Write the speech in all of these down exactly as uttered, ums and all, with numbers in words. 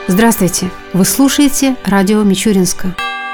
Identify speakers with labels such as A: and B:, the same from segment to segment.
A: Здравствуйте! Вы слушаете радио Мичуринска.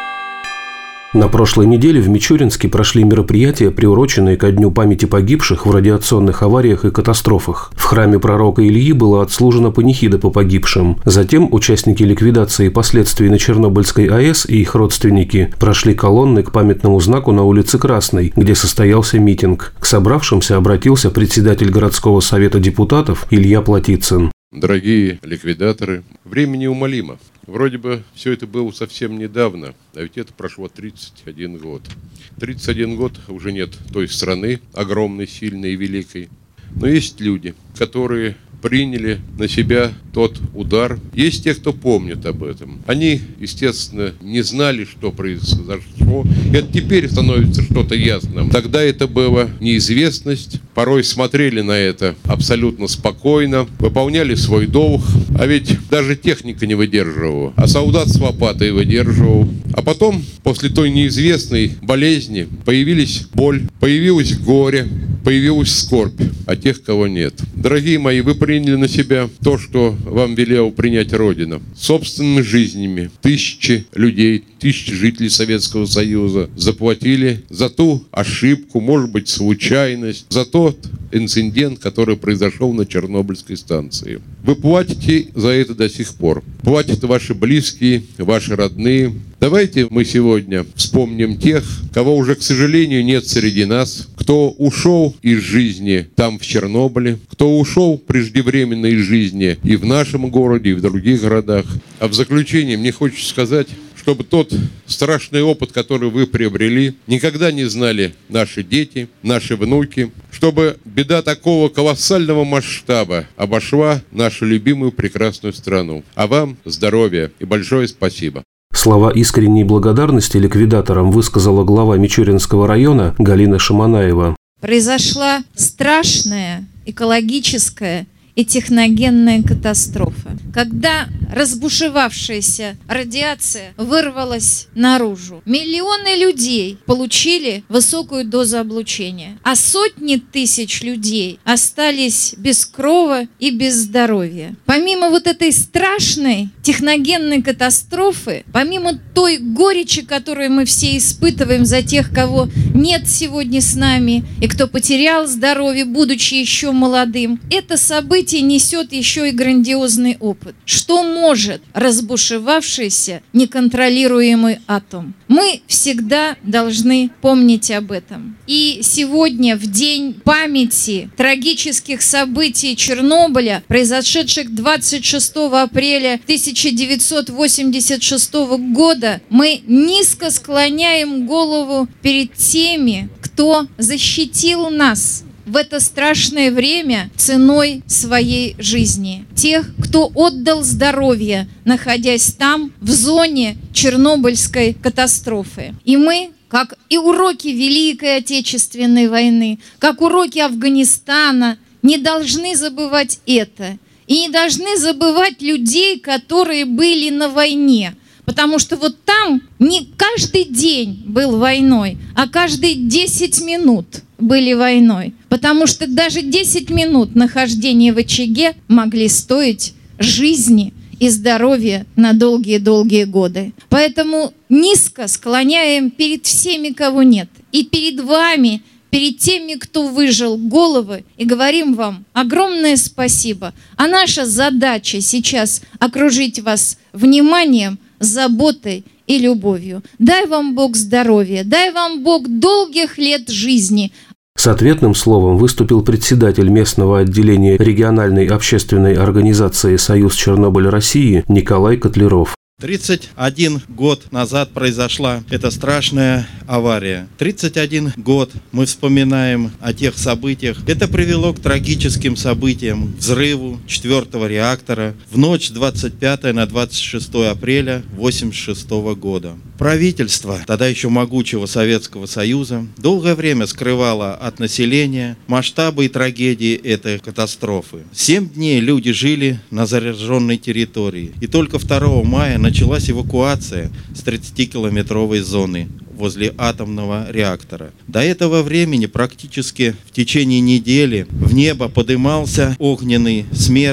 B: На прошлой неделе в Мичуринске прошли мероприятия, приуроченные ко Дню памяти погибших в радиационных авариях и катастрофах. В храме пророка Ильи была отслужена панихида по погибшим. Затем участники ликвидации последствий на Чернобыльской АЭС и их родственники прошли колонны к памятному знаку на улице Красной, где состоялся митинг. К собравшимся обратился председатель городского совета депутатов Илья Платицын.
C: Дорогие ликвидаторы, время неумолимо. Вроде бы все это было совсем недавно, а ведь это прошло тридцать один год. тридцать один год уже нет той страны, огромной, сильной и великой. Но есть люди, которые приняли на себя тот удар. Есть те, кто помнит об этом. Они, естественно, не знали, что произошло. И это теперь становится что-то ясным. Тогда это была неизвестность. Порой смотрели на это абсолютно спокойно, выполняли свой долг. А ведь даже техника не выдерживала, а солдат с лопатой выдерживал. А потом, после той неизвестной болезни, появилась боль, появилось горе, появилась скорбь о тех, кого нет. Дорогие мои, вы приняли на себя то, что вам велела принять Родина. Собственными жизнями тысячи людей, тысячи жителей Советского Союза заплатили за ту ошибку, может быть, случайность, за тот инцидент, который произошел на Чернобыльской станции. Вы платите за это до сих пор. Платят ваши близкие, ваши родные. Давайте мы сегодня вспомним тех, кого уже, к сожалению, нет среди нас, кто ушел из жизни там, в Чернобыле, кто ушел преждевременно из жизни и в нашем городе, и в других городах. А в заключение мне хочется сказать, чтобы тот страшный опыт, который вы приобрели, никогда не знали наши дети, наши внуки, чтобы беда такого колоссального масштаба обошла нашу любимую прекрасную страну. А вам здоровья и большое спасибо.
B: Слова искренней благодарности ликвидаторам высказала глава Мичуринского района Галина Шаманаева.
D: Произошла страшная экологическая и техногенная катастрофа, когда разбушевавшаяся радиация вырвалась наружу. Миллионы людей получили высокую дозу облучения, а сотни тысяч людей остались без крова и без здоровья. Помимо вот этой страшной техногенной катастрофы, помимо той горечи, которую мы все испытываем за тех, кого нет сегодня с нами и кто потерял здоровье, будучи еще молодым, это событие несет еще и грандиозный опыт. Что может разбушевавшийся неконтролируемый атом? Мы всегда должны помнить об этом. И сегодня, в день памяти трагических событий Чернобыля, произошедших двадцать шестого апреля тысяча девятьсот восемьдесят шестого года, мы низко склоняем голову перед теми, кто защитил нас в это страшное время ценой своей жизни. Тех, кто отдал здоровье, находясь там, в зоне Чернобыльской катастрофы. И мы, как и уроки Великой Отечественной войны, как уроки Афганистана, не должны забывать это. И не должны забывать людей, которые были на войне. Потому что вот там не каждый день был войной, а каждые десять минут были войной. Потому что даже десять минут нахождения в очаге могли стоить жизни и здоровья на долгие-долгие годы. Поэтому низко склоняем перед всеми, кого нет, и перед вами, перед теми, кто выжил, головы, и говорим вам огромное спасибо. А наша задача сейчас окружить вас вниманием, заботой и любовью. Дай вам Бог здоровья, дай вам Бог долгих лет жизни.
B: С ответным словом выступил председатель местного отделения региональной общественной организации «Союз Чернобыль России» Николай Котляров.
E: тридцать один год назад произошла эта страшная авария. тридцать один год мы вспоминаем о тех событиях. Это привело к трагическим событиям, взрыву четвертого реактора в ночь с двадцать пятого на двадцать шестое апреля восемьдесят шестого года. Правительство, тогда еще могучего Советского Союза, долгое время скрывало от населения масштабы и трагедии этой катастрофы. Семь дней люди жили на зараженной территории, и только второго мая началась эвакуация с тридцатикилометровой зоны возле атомного реактора. До этого времени практически в течение недели в небо подымался огненный смерч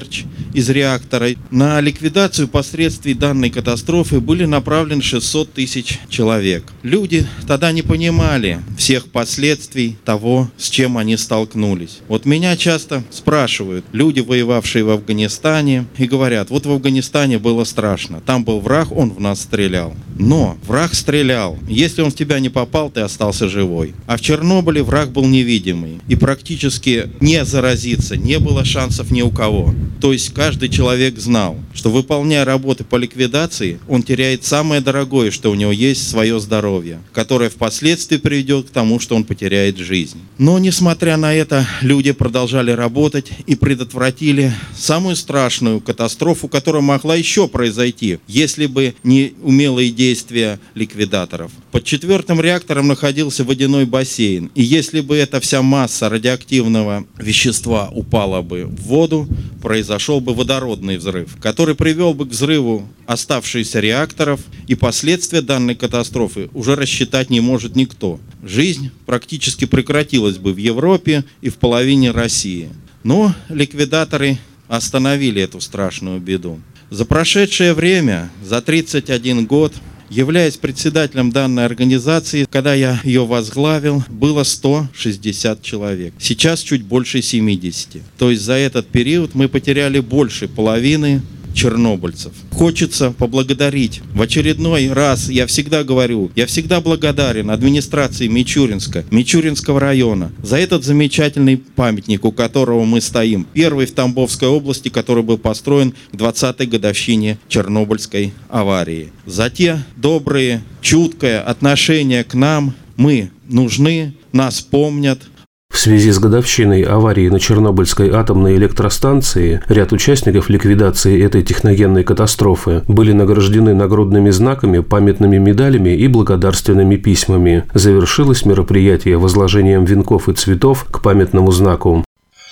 E: из реактора. На ликвидацию последствий данной катастрофы были направлены шестьсот тысяч человек. Люди тогда не понимали всех последствий того, с чем они столкнулись. Вот меня часто спрашивают люди, воевавшие в Афганистане, и говорят, вот в Афганистане было страшно, там был враг, он в нас стрелял. Но враг стрелял, если он в тебя не попал, ты остался живой. А в Чернобыле враг был невидимый, и практически не заразиться не было шансов ни у кого. То есть каждый человек знал, что выполняя работы по ликвидации, он теряет самое дорогое, что у него есть, свое здоровье, которое впоследствии приведет к тому, что он потеряет жизнь. Но, несмотря на это, люди продолжали работать и предотвратили самую страшную катастрофу, которая могла еще произойти, если бы не умелые действия ликвидаторов. Под четвертым реактором находился водяной бассейн, и если бы эта вся масса радиоактивного вещества упала бы в воду, произошел бы водородный взрыв, который привел бы к взрыву оставшихся реакторов, и последствия данной катастрофы уже рассчитать не может никто. Жизнь практически прекратилась бы в Европе и в половине России. Но ликвидаторы остановили эту страшную беду. За прошедшее время, за тридцать один год, являясь председателем данной организации, когда я ее возглавил, было сто шестьдесят человек. Сейчас чуть больше семидесяти. То есть за этот период мы потеряли больше половины чернобыльцев. Хочется поблагодарить. В очередной раз я всегда говорю, я всегда благодарен администрации Мичуринска, Мичуринского района за этот замечательный памятник, у которого мы стоим. Первый в Тамбовской области, который был построен к двадцатой годовщине Чернобыльской аварии. За те добрые, чуткое отношение к нам. Мы нужны, нас помнят.
B: В связи с годовщиной аварии на Чернобыльской атомной электростанции ряд участников ликвидации этой техногенной катастрофы были награждены нагрудными знаками, памятными медалями и благодарственными письмами. Завершилось мероприятие возложением венков и цветов к памятному знаку.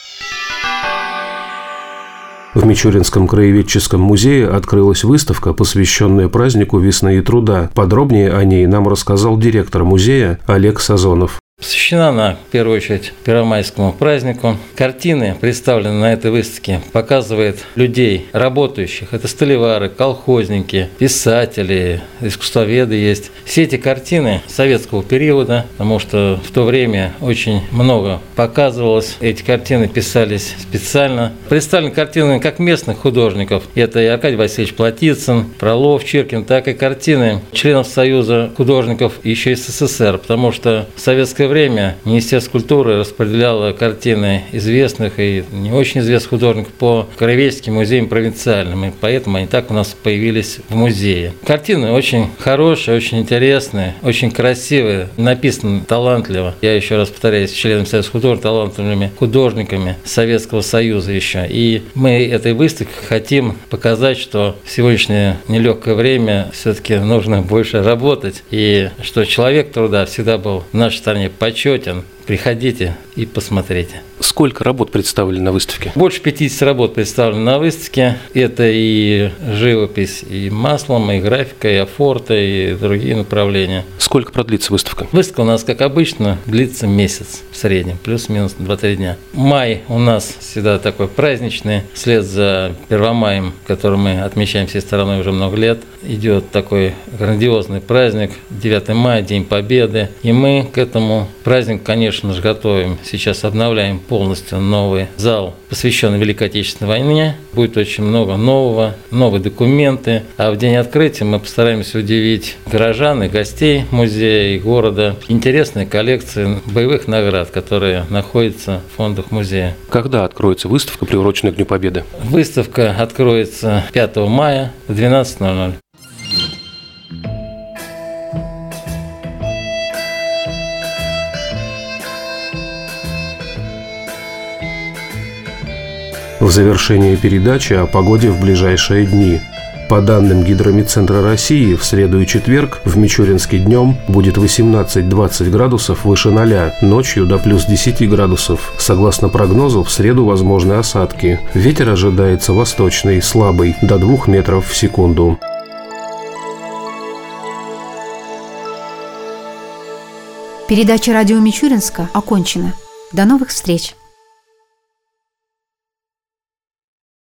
B: В Мичуринском краеведческом музее открылась выставка, посвященная празднику весны и труда. Подробнее о ней нам рассказал директор музея Олег Сазонов.
F: Посвящена она, в первую очередь, первомайскому празднику. Картины, представленные на этой выставке, показывают людей, работающих. Это столевары, колхозники, писатели, искусствоведы есть. Все эти картины советского периода, потому что в то время очень много показывалось. Эти картины писались специально. Представлены картины как местных художников. Это и Аркадий Васильевич Платицын, Фролов, Чиркин, так и картины членов Союза художников еще из СССР, потому что в советское время Министерство культуры распределяло картины известных и не очень известных художников по краеведческим музеям провинциальным, и поэтому они так у нас появились в музее. Картины очень хорошие, очень интересные, очень красивые, написаны талантливо. Я еще раз повторяюсь, членами Советского художника, талантливыми художниками Советского Союза еще. И мы этой выставкой хотим показать, что в сегодняшнее нелегкое время все-таки нужно больше работать, и что человек труда всегда был в нашей стране почетен. Приходите и посмотрите.
B: Сколько работ представлено на выставке?
F: Больше пятидесяти работ представлено на выставке. Это и живопись, и маслом, и графика, и афорта, и другие направления.
B: Сколько продлится выставка?
F: Выставка у нас, как обычно, длится месяц в среднем, плюс-минус два-три дня. Май у нас всегда такой праздничный, вслед за Первомаем, который мы отмечаем всей стороной уже много лет, идет такой грандиозный праздник, девятое мая, День Победы. И мы к этому празднику, конечно же, готовим. Сейчас обновляем полностью новый зал, посвященный Великой Отечественной войне. Будет очень много нового, новые документы. А в день открытия мы постараемся удивить горожан и гостей музея и города интересной коллекцией боевых наград, которые находятся в фондах музея.
B: Когда откроется выставка, приуроченная к Дню Победы?
F: Выставка откроется пятого мая в двенадцать ноль ноль.
B: В завершении передачи о погоде в ближайшие дни. По данным Гидромедцентра России, в среду и четверг в Мичуринске днем будет восемнадцать-двадцать градусов выше ноля, ночью до плюс десять градусов. Согласно прогнозу, в среду возможны осадки. Ветер ожидается восточный, слабый, до двух метров в секунду.
A: Передача радио Мичуринска окончена. До новых встреч!